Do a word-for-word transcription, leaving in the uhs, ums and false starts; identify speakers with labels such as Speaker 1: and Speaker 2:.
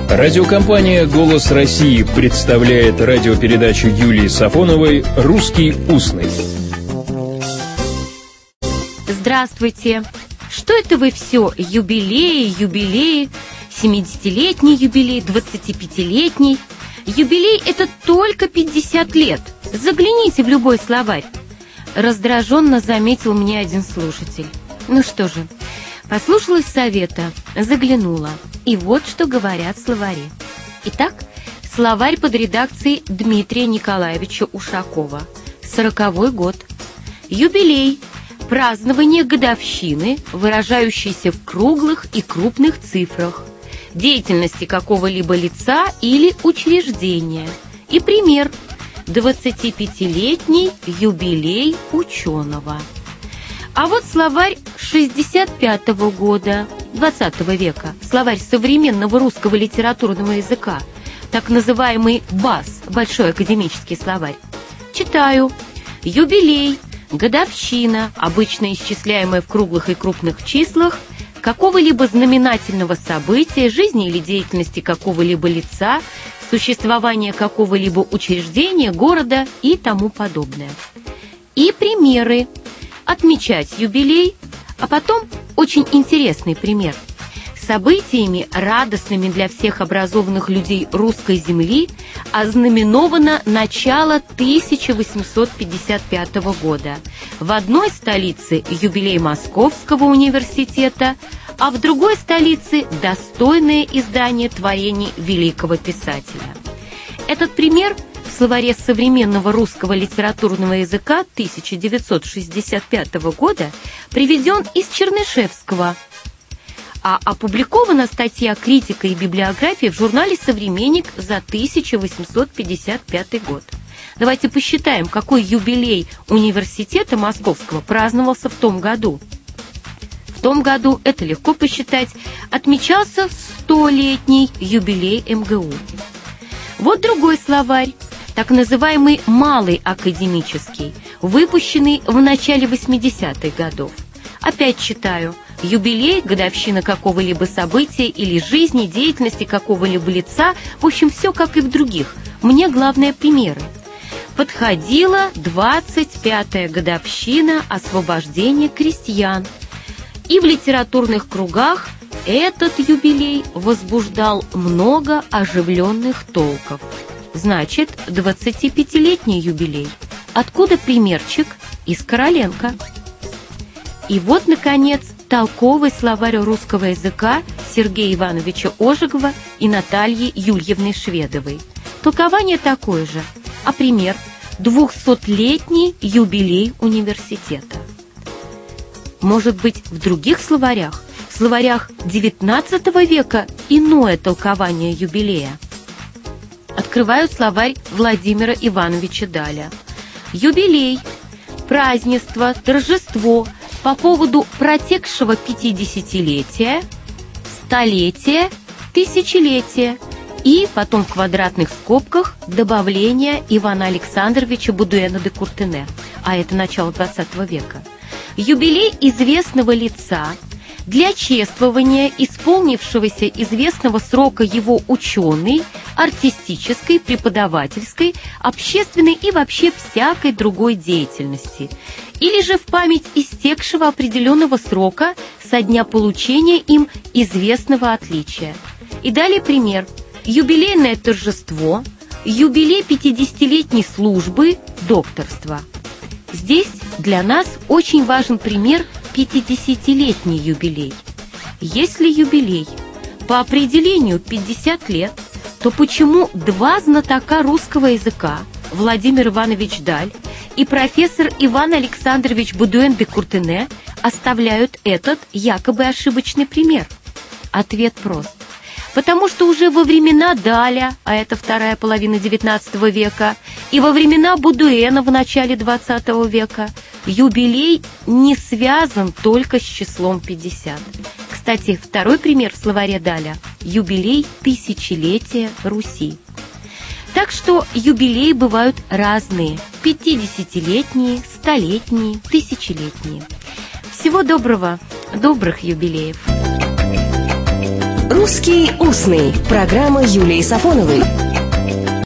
Speaker 1: Радиокомпания «Голос России» представляет радиопередачу Юлии Сафоновой «Русский устный».
Speaker 2: Здравствуйте! Что это вы все? Юбилеи, юбилеи, семидесятилетний юбилей, двадцатипятилетний. Юбилей – это только пятьдесят лет. Загляните в любой словарь. Раздраженно заметил мне один слушатель. Ну что же, послушалась совета, заглянула. И вот что говорят словари. Итак, словарь под редакцией Дмитрия Николаевича Ушакова. Сороковой год. Юбилей. Празднование годовщины, выражающейся в круглых и крупных цифрах, деятельности какого-либо лица или учреждения. И пример. двадцатипятилетний юбилей ученого. А вот словарь шестьдесят пятого года, двадцатого века, словарь современного русского литературного языка, так называемый БАС, Большой академический словарь. Читаю. Юбилей, годовщина, обычно исчисляемая в круглых и крупных числах, какого-либо знаменательного события, жизни или деятельности какого-либо лица, существования какого-либо учреждения, города и тому подобное. И примеры. Отмечать юбилей, а потом очень интересный пример. Событиями, радостными для всех образованных людей русской земли, ознаменовано начало тысяча восемьсот пятьдесят пятого года. В одной столице юбилей Московского университета, а в другой столице достойное издание творений великого писателя. Этот пример в словаре современного русского литературного языка тысяча девятьсот шестьдесят пятого года приведен из Чернышевского, а опубликована статья «Критика и библиография» в журнале «Современник» за тысяча восемьсот пятьдесят пятый год. Давайте посчитаем, какой юбилей университета Московского праздновался в том году. В том году, это легко посчитать, отмечался столетний юбилей эм гэ у. Вот другой словарь, так называемый «малый академический», выпущенный в начале восьмидесятых годов. Опять читаю. Юбилей, годовщина какого-либо события или жизни, деятельности какого-либо лица, в общем, все как и в других. Мне главное примеры. Подходила двадцать пятая годовщина освобождения крестьян. И в литературных кругах этот юбилей возбуждал много оживленных толков. Значит, двадцатипятилетний юбилей. Откуда примерчик? Из Короленко. И вот, наконец, толковый словарь русского языка Сергея Ивановича Ожегова и Натальи Юльевны Шведовой. Толкование такое же, а пример – двухсотлетний юбилей университета. Может быть, в других словарях, в словарях девятнадцатого века иное толкование юбилея? Открываю словарь Владимира Ивановича Даля. Юбилей, празднество, торжество по поводу протекшего пятидесятилетия, столетия, тысячелетия и потом в квадратных скобках добавление Ивана Александровича Бодуэна де Куртене, а это начало двадцатого века. Юбилей известного лица для чествования исполнившегося известного срока его ученой, артистической, преподавательской, общественной и вообще всякой другой деятельности, или же в память истекшего определенного срока со дня получения им известного отличия. И далее пример. Юбилейное торжество, юбилей пятидесятилетней службы, докторства. Здесь для нас очень важен пример пятидесятилетний юбилей. Если юбилей по определению пятьдесят лет, то почему два знатока русского языка, Владимир Иванович Даль и профессор Иван Александрович Бодуэн де Куртене, оставляют этот якобы ошибочный пример? Ответ прост. Потому что уже во времена Даля, а это вторая половина девятнадцатого века, и во времена Бодуэна в начале двадцатого века юбилей не связан только с числом пятьдесят. Кстати, второй пример в словаре Даля – юбилей тысячелетия Руси. Так что юбилеи бывают разные – пятидесятилетние, столетние, тысячелетние. Всего доброго, добрых юбилеев!
Speaker 3: «Русский устный». Программа Юлии Сафоновой.